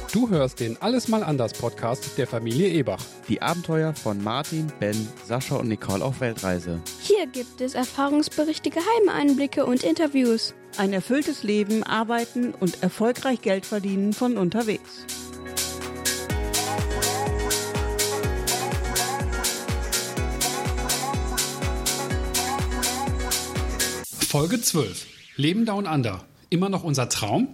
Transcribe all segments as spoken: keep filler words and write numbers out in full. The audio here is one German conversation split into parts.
Du hörst den Alles mal anders Podcast der Familie Ebach. Die Abenteuer von Martin, Ben, Sascha und Nicole auf Weltreise. Hier gibt es Erfahrungsberichte, geheime Einblicke und Interviews. Ein erfülltes Leben, Arbeiten und erfolgreich Geld verdienen von unterwegs. Folge zwölf. Leben Down Under. Immer noch unser Traum?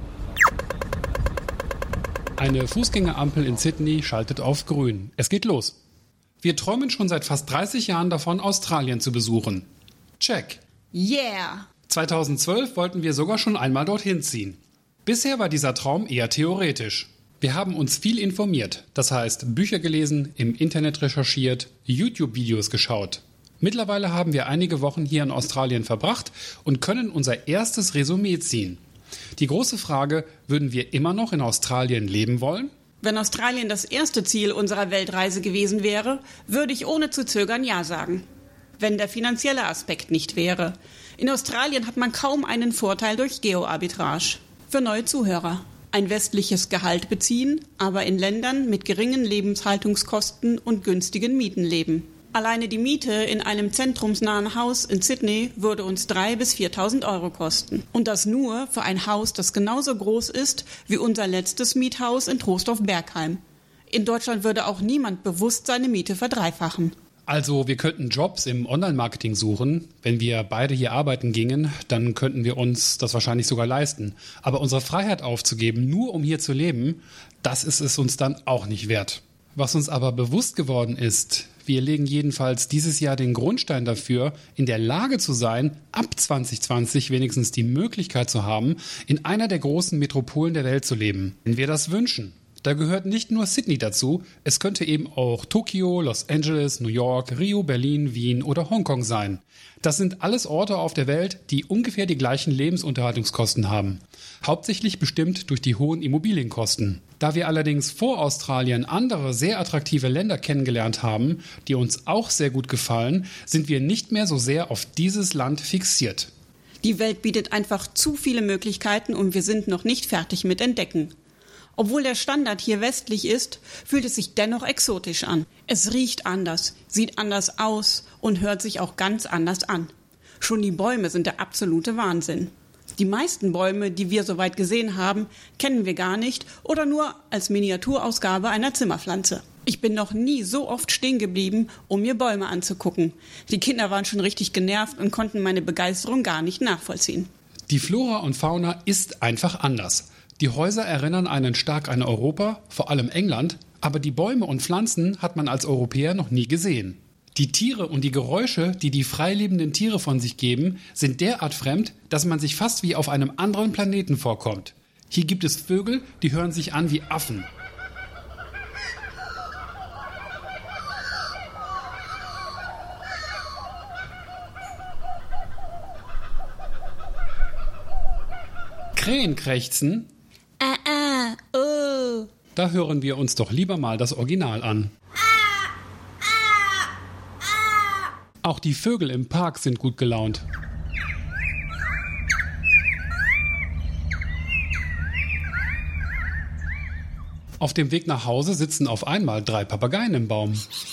Eine Fußgängerampel in Sydney schaltet auf grün. Es geht los. Wir träumen schon seit fast dreißig Jahren davon, Australien zu besuchen. Check. Yeah! zweitausendzwölf wollten wir sogar schon einmal dorthin ziehen. Bisher war dieser Traum eher theoretisch. Wir haben uns viel informiert, das heißt Bücher gelesen, im Internet recherchiert, YouTube-Videos geschaut. Mittlerweile haben wir einige Wochen hier in Australien verbracht und können unser erstes Resümee ziehen. Die große Frage, würden wir immer noch in Australien leben wollen? Wenn Australien das erste Ziel unserer Weltreise gewesen wäre, würde ich ohne zu zögern Ja sagen. Wenn der finanzielle Aspekt nicht wäre. In Australien hat man kaum einen Vorteil durch Geo-Arbitrage. Für neue Zuhörer. Ein westliches Gehalt beziehen, aber in Ländern mit geringen Lebenshaltungskosten und günstigen Mieten leben. Alleine die Miete in einem zentrumsnahen Haus in Sydney würde uns dreitausend bis viertausend Euro kosten. Und das nur für ein Haus, das genauso groß ist wie unser letztes Miethaus in Troisdorf-Bergheim. In Deutschland würde auch niemand bewusst seine Miete verdreifachen. Also wir könnten Jobs im Online-Marketing suchen. Wenn wir beide hier arbeiten gingen, dann könnten wir uns das wahrscheinlich sogar leisten. Aber unsere Freiheit aufzugeben, nur um hier zu leben, das ist es uns dann auch nicht wert. Was uns aber bewusst geworden ist, wir legen jedenfalls dieses Jahr den Grundstein dafür, in der Lage zu sein, ab zwanzig zwanzig wenigstens die Möglichkeit zu haben, in einer der großen Metropolen der Welt zu leben, wenn wir das wünschen. Da gehört nicht nur Sydney dazu, es könnte eben auch Tokio, Los Angeles, New York, Rio, Berlin, Wien oder Hongkong sein. Das sind alles Orte auf der Welt, die ungefähr die gleichen Lebensunterhaltungskosten haben. Hauptsächlich bestimmt durch die hohen Immobilienkosten. Da wir allerdings vor Australien andere sehr attraktive Länder kennengelernt haben, die uns auch sehr gut gefallen, sind wir nicht mehr so sehr auf dieses Land fixiert. Die Welt bietet einfach zu viele Möglichkeiten und wir sind noch nicht fertig mit Entdecken. Obwohl der Standard hier westlich ist, fühlt es sich dennoch exotisch an. Es riecht anders, sieht anders aus und hört sich auch ganz anders an. Schon die Bäume sind der absolute Wahnsinn. Die meisten Bäume, die wir soweit gesehen haben, kennen wir gar nicht oder nur als Miniaturausgabe einer Zimmerpflanze. Ich bin noch nie so oft stehen geblieben, um mir Bäume anzugucken. Die Kinder waren schon richtig genervt und konnten meine Begeisterung gar nicht nachvollziehen. Die Flora und Fauna ist einfach anders. Die Häuser erinnern einen stark an Europa, vor allem England, aber die Bäume und Pflanzen hat man als Europäer noch nie gesehen. Die Tiere und die Geräusche, die die freilebenden Tiere von sich geben, sind derart fremd, dass man sich fast wie auf einem anderen Planeten vorkommt. Hier gibt es Vögel, die hören sich an wie Affen. Krähen krächzen. Ah, ah, oh. Da hören wir uns doch lieber mal das Original an. Auch die Vögel im Park sind gut gelaunt. Auf dem Weg nach Hause sitzen auf einmal drei Papageien im Baum.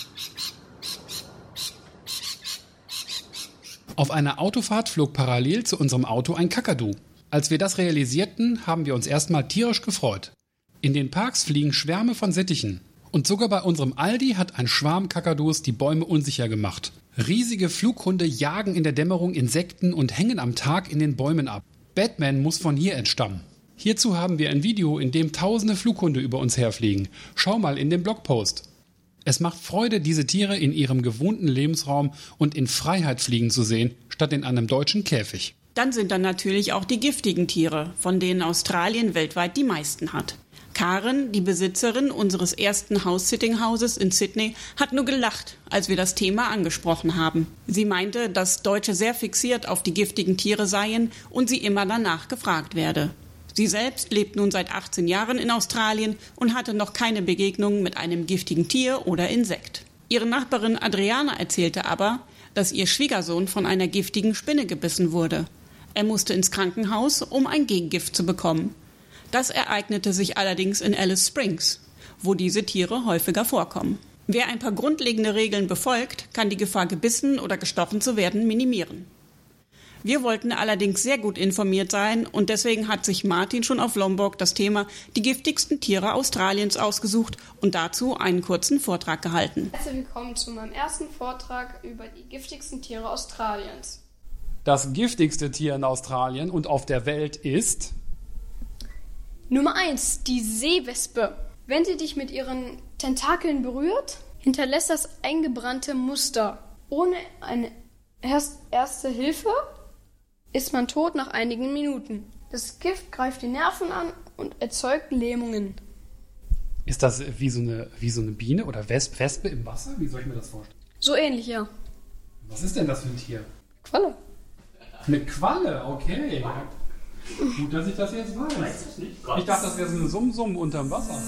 Auf einer Autofahrt flog parallel zu unserem Auto ein Kakadu. Als wir das realisierten, haben wir uns erstmal tierisch gefreut. In den Parks fliegen Schwärme von Sittichen. Und sogar bei unserem Aldi hat ein Schwarm Kakadus die Bäume unsicher gemacht. Riesige Flughunde jagen in der Dämmerung Insekten und hängen am Tag in den Bäumen ab. Batman muss von hier entstammen. Hierzu haben wir ein Video, in dem tausende Flughunde über uns herfliegen. Schau mal in den Blogpost. Es macht Freude, diese Tiere in ihrem gewohnten Lebensraum und in Freiheit fliegen zu sehen, statt in einem deutschen Käfig. Dann sind da natürlich auch die giftigen Tiere, von denen Australien weltweit die meisten hat. Karen, die Besitzerin unseres ersten House-Sitting-Hauses in Sydney, hat nur gelacht, als wir das Thema angesprochen haben. Sie meinte, dass Deutsche sehr fixiert auf die giftigen Tiere seien und sie immer danach gefragt werde. Sie selbst lebt nun seit achtzehn Jahren in Australien und hatte noch keine Begegnung mit einem giftigen Tier oder Insekt. Ihre Nachbarin Adriana erzählte aber, dass ihr Schwiegersohn von einer giftigen Spinne gebissen wurde. Er musste ins Krankenhaus, um ein Gegengift zu bekommen. Das ereignete sich allerdings in Alice Springs, wo diese Tiere häufiger vorkommen. Wer ein paar grundlegende Regeln befolgt, kann die Gefahr, gebissen oder gestochen zu werden, minimieren. Wir wollten allerdings sehr gut informiert sein und deswegen hat sich Martin schon auf Lombok das Thema die giftigsten Tiere Australiens ausgesucht und dazu einen kurzen Vortrag gehalten. Herzlich willkommen zu meinem ersten Vortrag über die giftigsten Tiere Australiens. Das giftigste Tier in Australien und auf der Welt ist... Nummer eins, die Seewespe. Wenn sie dich mit ihren Tentakeln berührt, hinterlässt das eingebrannte Muster. Ohne eine erste Hilfe ist man tot nach einigen Minuten. Das Gift greift die Nerven an und erzeugt Lähmungen. Ist das wie so eine, wie so eine Biene oder Wespe, Wespe im Wasser? Wie soll ich mir das vorstellen? So ähnlich, ja. Was ist denn das für ein Tier? Qualle. Eine Qualle, okay. Gut, dass ich das jetzt weiß. Ich dachte, das wäre so eine Summ-Summ unterm Wasser.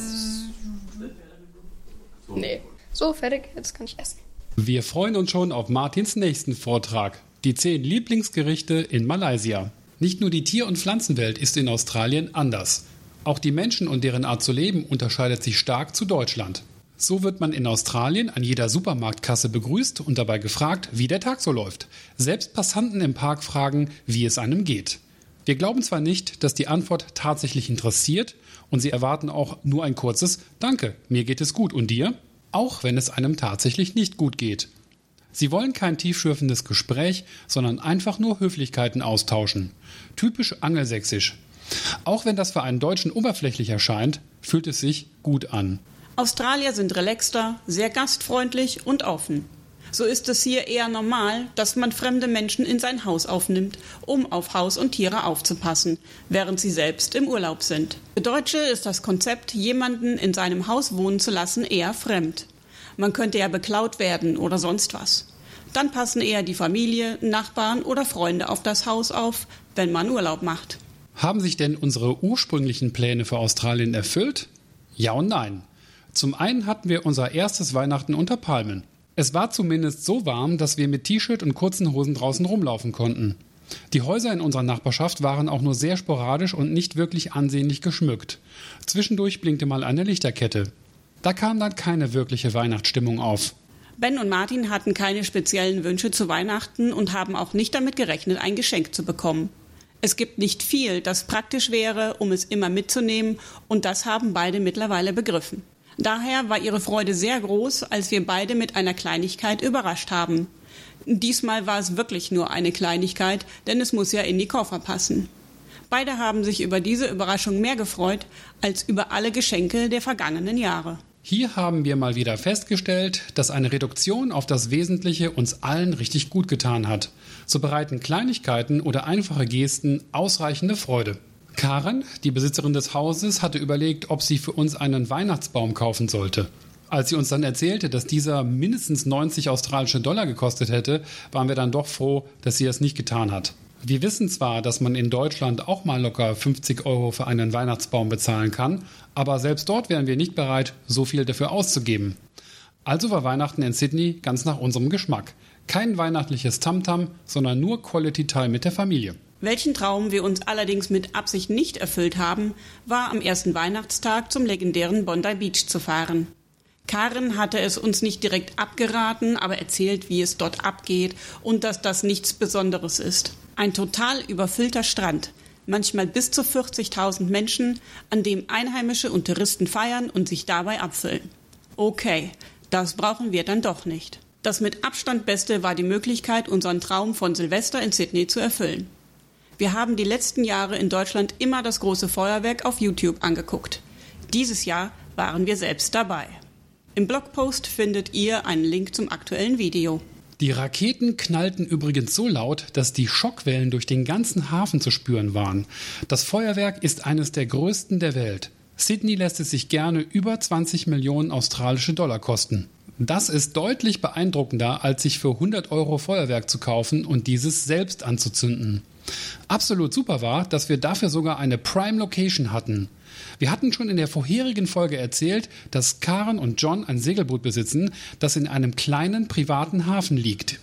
Nee. So, fertig. Jetzt kann ich essen. Wir freuen uns schon auf Martins nächsten Vortrag. Die zehn Lieblingsgerichte in Malaysia. Nicht nur die Tier- und Pflanzenwelt ist in Australien anders. Auch die Menschen und deren Art zu leben unterscheidet sich stark zu Deutschland. So wird man in Australien an jeder Supermarktkasse begrüßt und dabei gefragt, wie der Tag so läuft. Selbst Passanten im Park fragen, wie es einem geht. Wir glauben zwar nicht, dass die Antwort tatsächlich interessiert und sie erwarten auch nur ein kurzes Danke, mir geht es gut und dir? Auch wenn es einem tatsächlich nicht gut geht. Sie wollen kein tiefschürfendes Gespräch, sondern einfach nur Höflichkeiten austauschen. Typisch angelsächsisch. Auch wenn das für einen Deutschen oberflächlich erscheint, fühlt es sich gut an. Australier sind relaxter, sehr gastfreundlich und offen. So ist es hier eher normal, dass man fremde Menschen in sein Haus aufnimmt, um auf Haus und Tiere aufzupassen, während sie selbst im Urlaub sind. Für Deutsche ist das Konzept, jemanden in seinem Haus wohnen zu lassen, eher fremd. Man könnte ja beklaut werden oder sonst was. Dann passen eher die Familie, Nachbarn oder Freunde auf das Haus auf, wenn man Urlaub macht. Haben sich denn unsere ursprünglichen Pläne für Australien erfüllt? Ja und nein. Zum einen hatten wir unser erstes Weihnachten unter Palmen. Es war zumindest so warm, dass wir mit T-Shirt und kurzen Hosen draußen rumlaufen konnten. Die Häuser in unserer Nachbarschaft waren auch nur sehr sporadisch und nicht wirklich ansehnlich geschmückt. Zwischendurch blinkte mal eine Lichterkette. Da kam dann keine wirkliche Weihnachtsstimmung auf. Ben und Martin hatten keine speziellen Wünsche zu Weihnachten und haben auch nicht damit gerechnet, ein Geschenk zu bekommen. Es gibt nicht viel, das praktisch wäre, um es immer mitzunehmen, und das haben beide mittlerweile begriffen. Daher war ihre Freude sehr groß, als wir beide mit einer Kleinigkeit überrascht haben. Diesmal war es wirklich nur eine Kleinigkeit, denn es muss ja in die Koffer passen. Beide haben sich über diese Überraschung mehr gefreut als über alle Geschenke der vergangenen Jahre. Hier haben wir mal wieder festgestellt, dass eine Reduktion auf das Wesentliche uns allen richtig gut getan hat. So bereiten Kleinigkeiten oder einfache Gesten ausreichende Freude. Karen, die Besitzerin des Hauses, hatte überlegt, ob sie für uns einen Weihnachtsbaum kaufen sollte. Als sie uns dann erzählte, dass dieser mindestens neunzig australische Dollar gekostet hätte, waren wir dann doch froh, dass sie das nicht getan hat. Wir wissen zwar, dass man in Deutschland auch mal locker fünfzig Euro für einen Weihnachtsbaum bezahlen kann, aber selbst dort wären wir nicht bereit, so viel dafür auszugeben. Also war Weihnachten in Sydney ganz nach unserem Geschmack. Kein weihnachtliches Tamtam, sondern nur Quality Time mit der Familie. Welchen Traum wir uns allerdings mit Absicht nicht erfüllt haben, war am ersten Weihnachtstag zum legendären Bondi Beach zu fahren. Karen hatte es uns nicht direkt abgeraten, aber erzählt, wie es dort abgeht und dass das nichts Besonderes ist. Ein total überfüllter Strand, manchmal bis zu vierzigtausend Menschen, an dem Einheimische und Touristen feiern und sich dabei abfüllen. Okay, das brauchen wir dann doch nicht. Das mit Abstand Beste war die Möglichkeit, unseren Traum von Silvester in Sydney zu erfüllen. Wir haben die letzten Jahre in Deutschland immer das große Feuerwerk auf YouTube angeguckt. Dieses Jahr waren wir selbst dabei. Im Blogpost findet ihr einen Link zum aktuellen Video. Die Raketen knallten übrigens so laut, dass die Schockwellen durch den ganzen Hafen zu spüren waren. Das Feuerwerk ist eines der größten der Welt. Sydney lässt es sich gerne über zwanzig Millionen australische Dollar kosten. Das ist deutlich beeindruckender, als sich für hundert Euro Feuerwerk zu kaufen und dieses selbst anzuzünden. Absolut super war, dass wir dafür sogar eine Prime Location hatten. Wir hatten schon in der vorherigen Folge erzählt, dass Karen und John ein Segelboot besitzen, das in einem kleinen privaten Hafen liegt.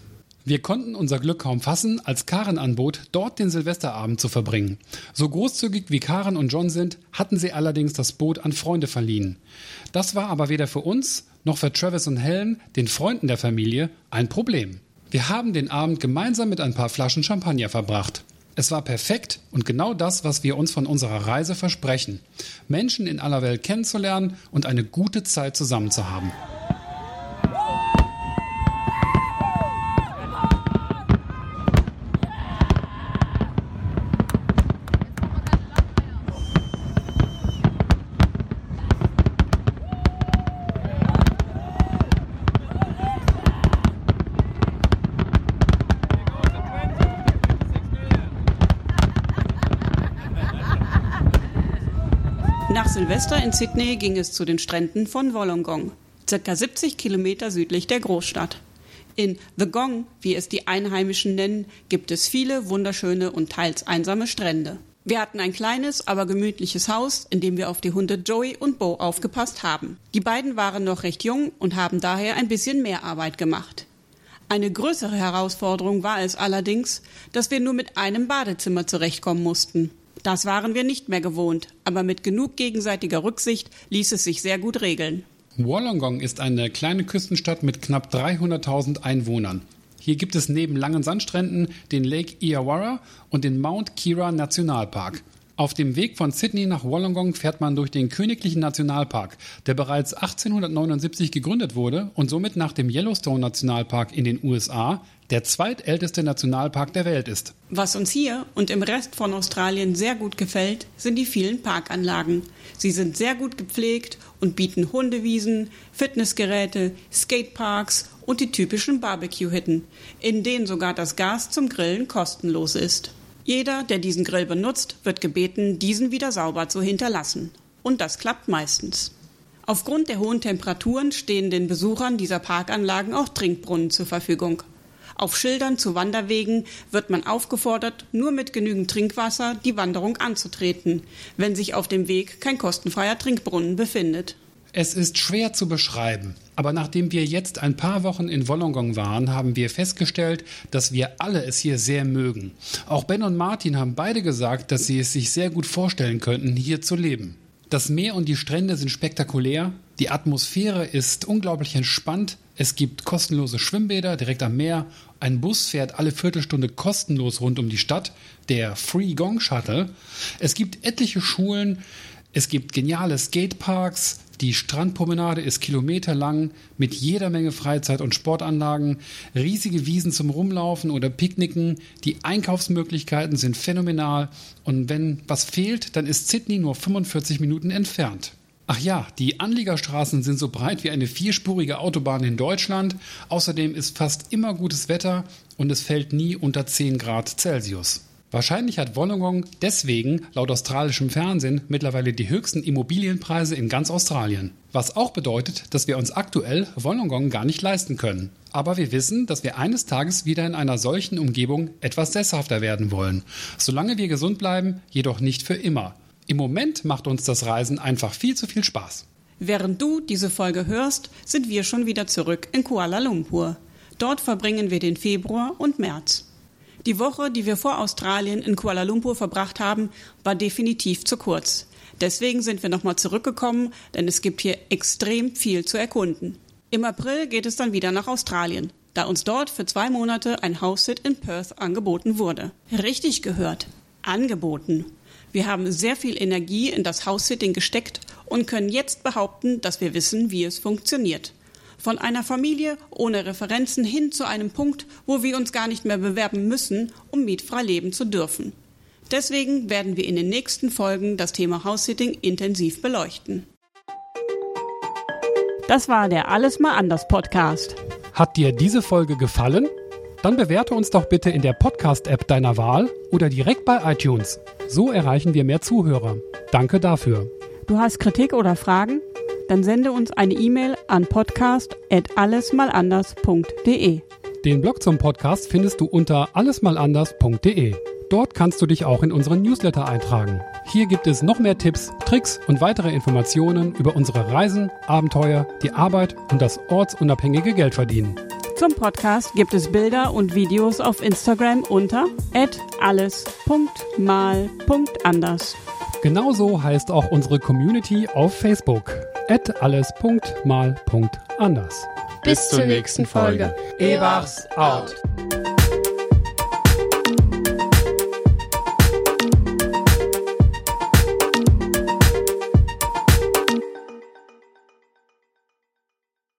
Wir konnten unser Glück kaum fassen, als Karen anbot, dort den Silvesterabend zu verbringen. So großzügig wie Karen und John sind, hatten sie allerdings das Boot an Freunde verliehen. Das war aber weder für uns noch für Travis und Helen, den Freunden der Familie, ein Problem. Wir haben den Abend gemeinsam mit ein paar Flaschen Champagner verbracht. Es war perfekt und genau das, was wir uns von unserer Reise versprechen. Menschen in aller Welt kennenzulernen und eine gute Zeit zusammen zu haben. Nach Silvester in Sydney ging es zu den Stränden von Wollongong, circa siebzig Kilometer südlich der Großstadt. In The Gong, wie es die Einheimischen nennen, gibt es viele wunderschöne und teils einsame Strände. Wir hatten ein kleines, aber gemütliches Haus, in dem wir auf die Hunde Joey und Bo aufgepasst haben. Die beiden waren noch recht jung und haben daher ein bisschen mehr Arbeit gemacht. Eine größere Herausforderung war es allerdings, dass wir nur mit einem Badezimmer zurechtkommen mussten. Das waren wir nicht mehr gewohnt, aber mit genug gegenseitiger Rücksicht ließ es sich sehr gut regeln. Wollongong ist eine kleine Küstenstadt mit knapp dreihunderttausend Einwohnern. Hier gibt es neben langen Sandstränden den Lake Illawarra und den Mount Kira Nationalpark. Auf dem Weg von Sydney nach Wollongong fährt man durch den Königlichen Nationalpark, der bereits achtzehnhundertneunundsiebzig gegründet wurde und somit nach dem Yellowstone Nationalpark in den U S A der zweitälteste Nationalpark der Welt ist. Was uns hier und im Rest von Australien sehr gut gefällt, sind die vielen Parkanlagen. Sie sind sehr gut gepflegt und bieten Hundewiesen, Fitnessgeräte, Skateparks und die typischen Barbecue-Hütten, in denen sogar das Gas zum Grillen kostenlos ist. Jeder, der diesen Grill benutzt, wird gebeten, diesen wieder sauber zu hinterlassen. Und das klappt meistens. Aufgrund der hohen Temperaturen stehen den Besuchern dieser Parkanlagen auch Trinkbrunnen zur Verfügung. Auf Schildern zu Wanderwegen wird man aufgefordert, nur mit genügend Trinkwasser die Wanderung anzutreten, wenn sich auf dem Weg kein kostenfreier Trinkbrunnen befindet. Es ist schwer zu beschreiben, aber nachdem wir jetzt ein paar Wochen in Wollongong waren, haben wir festgestellt, dass wir alle es hier sehr mögen. Auch Ben und Martin haben beide gesagt, dass sie es sich sehr gut vorstellen könnten, hier zu leben. Das Meer und die Strände sind spektakulär, die Atmosphäre ist unglaublich entspannt, es gibt kostenlose Schwimmbäder direkt am Meer, ein Bus fährt alle Viertelstunde kostenlos rund um die Stadt, der Free Gong Shuttle, es gibt etliche Schulen, es gibt geniale Skateparks, die Strandpromenade ist kilometerlang mit jeder Menge Freizeit- und Sportanlagen, riesige Wiesen zum Rumlaufen oder Picknicken, die Einkaufsmöglichkeiten sind phänomenal und wenn was fehlt, dann ist Sydney nur fünfundvierzig Minuten entfernt. Ach ja, die Anliegerstraßen sind so breit wie eine vierspurige Autobahn in Deutschland, außerdem ist fast immer gutes Wetter und es fällt nie unter zehn Grad Celsius. Wahrscheinlich hat Wollongong deswegen, laut australischem Fernsehen, mittlerweile die höchsten Immobilienpreise in ganz Australien. Was auch bedeutet, dass wir uns aktuell Wollongong gar nicht leisten können. Aber wir wissen, dass wir eines Tages wieder in einer solchen Umgebung etwas sesshafter werden wollen. Solange wir gesund bleiben, jedoch nicht für immer. Im Moment macht uns das Reisen einfach viel zu viel Spaß. Während du diese Folge hörst, sind wir schon wieder zurück in Kuala Lumpur. Dort verbringen wir den Februar und März. Die Woche, die wir vor Australien in Kuala Lumpur verbracht haben, war definitiv zu kurz. Deswegen sind wir nochmal zurückgekommen, denn es gibt hier extrem viel zu erkunden. Im April geht es dann wieder nach Australien, da uns dort für zwei Monate ein House-Sit in Perth angeboten wurde. Richtig gehört. Angeboten. Wir haben sehr viel Energie in das House-Sitting gesteckt und können jetzt behaupten, dass wir wissen, wie es funktioniert. Von einer Familie ohne Referenzen hin zu einem Punkt, wo wir uns gar nicht mehr bewerben müssen, um mietfrei leben zu dürfen. Deswegen werden wir in den nächsten Folgen das Thema House-Sitting intensiv beleuchten. Das war der Alles mal anders Podcast. Hat dir diese Folge gefallen? Dann bewerte uns doch bitte in der Podcast-App deiner Wahl oder direkt bei iTunes. So erreichen wir mehr Zuhörer. Danke dafür. Du hast Kritik oder Fragen? Dann sende uns eine E-Mail an podcast at allesmalanders punkt de. Den Blog zum Podcast findest du unter allesmalanders punkt de. Dort kannst du dich auch in unseren Newsletter eintragen. Hier gibt es noch mehr Tipps, Tricks und weitere Informationen über unsere Reisen, Abenteuer, die Arbeit und das ortsunabhängige Geldverdienen. Zum Podcast gibt es Bilder und Videos auf Instagram unter at alles punkt mal punkt anders. Genauso heißt auch unsere Community auf Facebook at alles punkt mal punkt anders. Bis zur nächsten Folge. Ebachs out.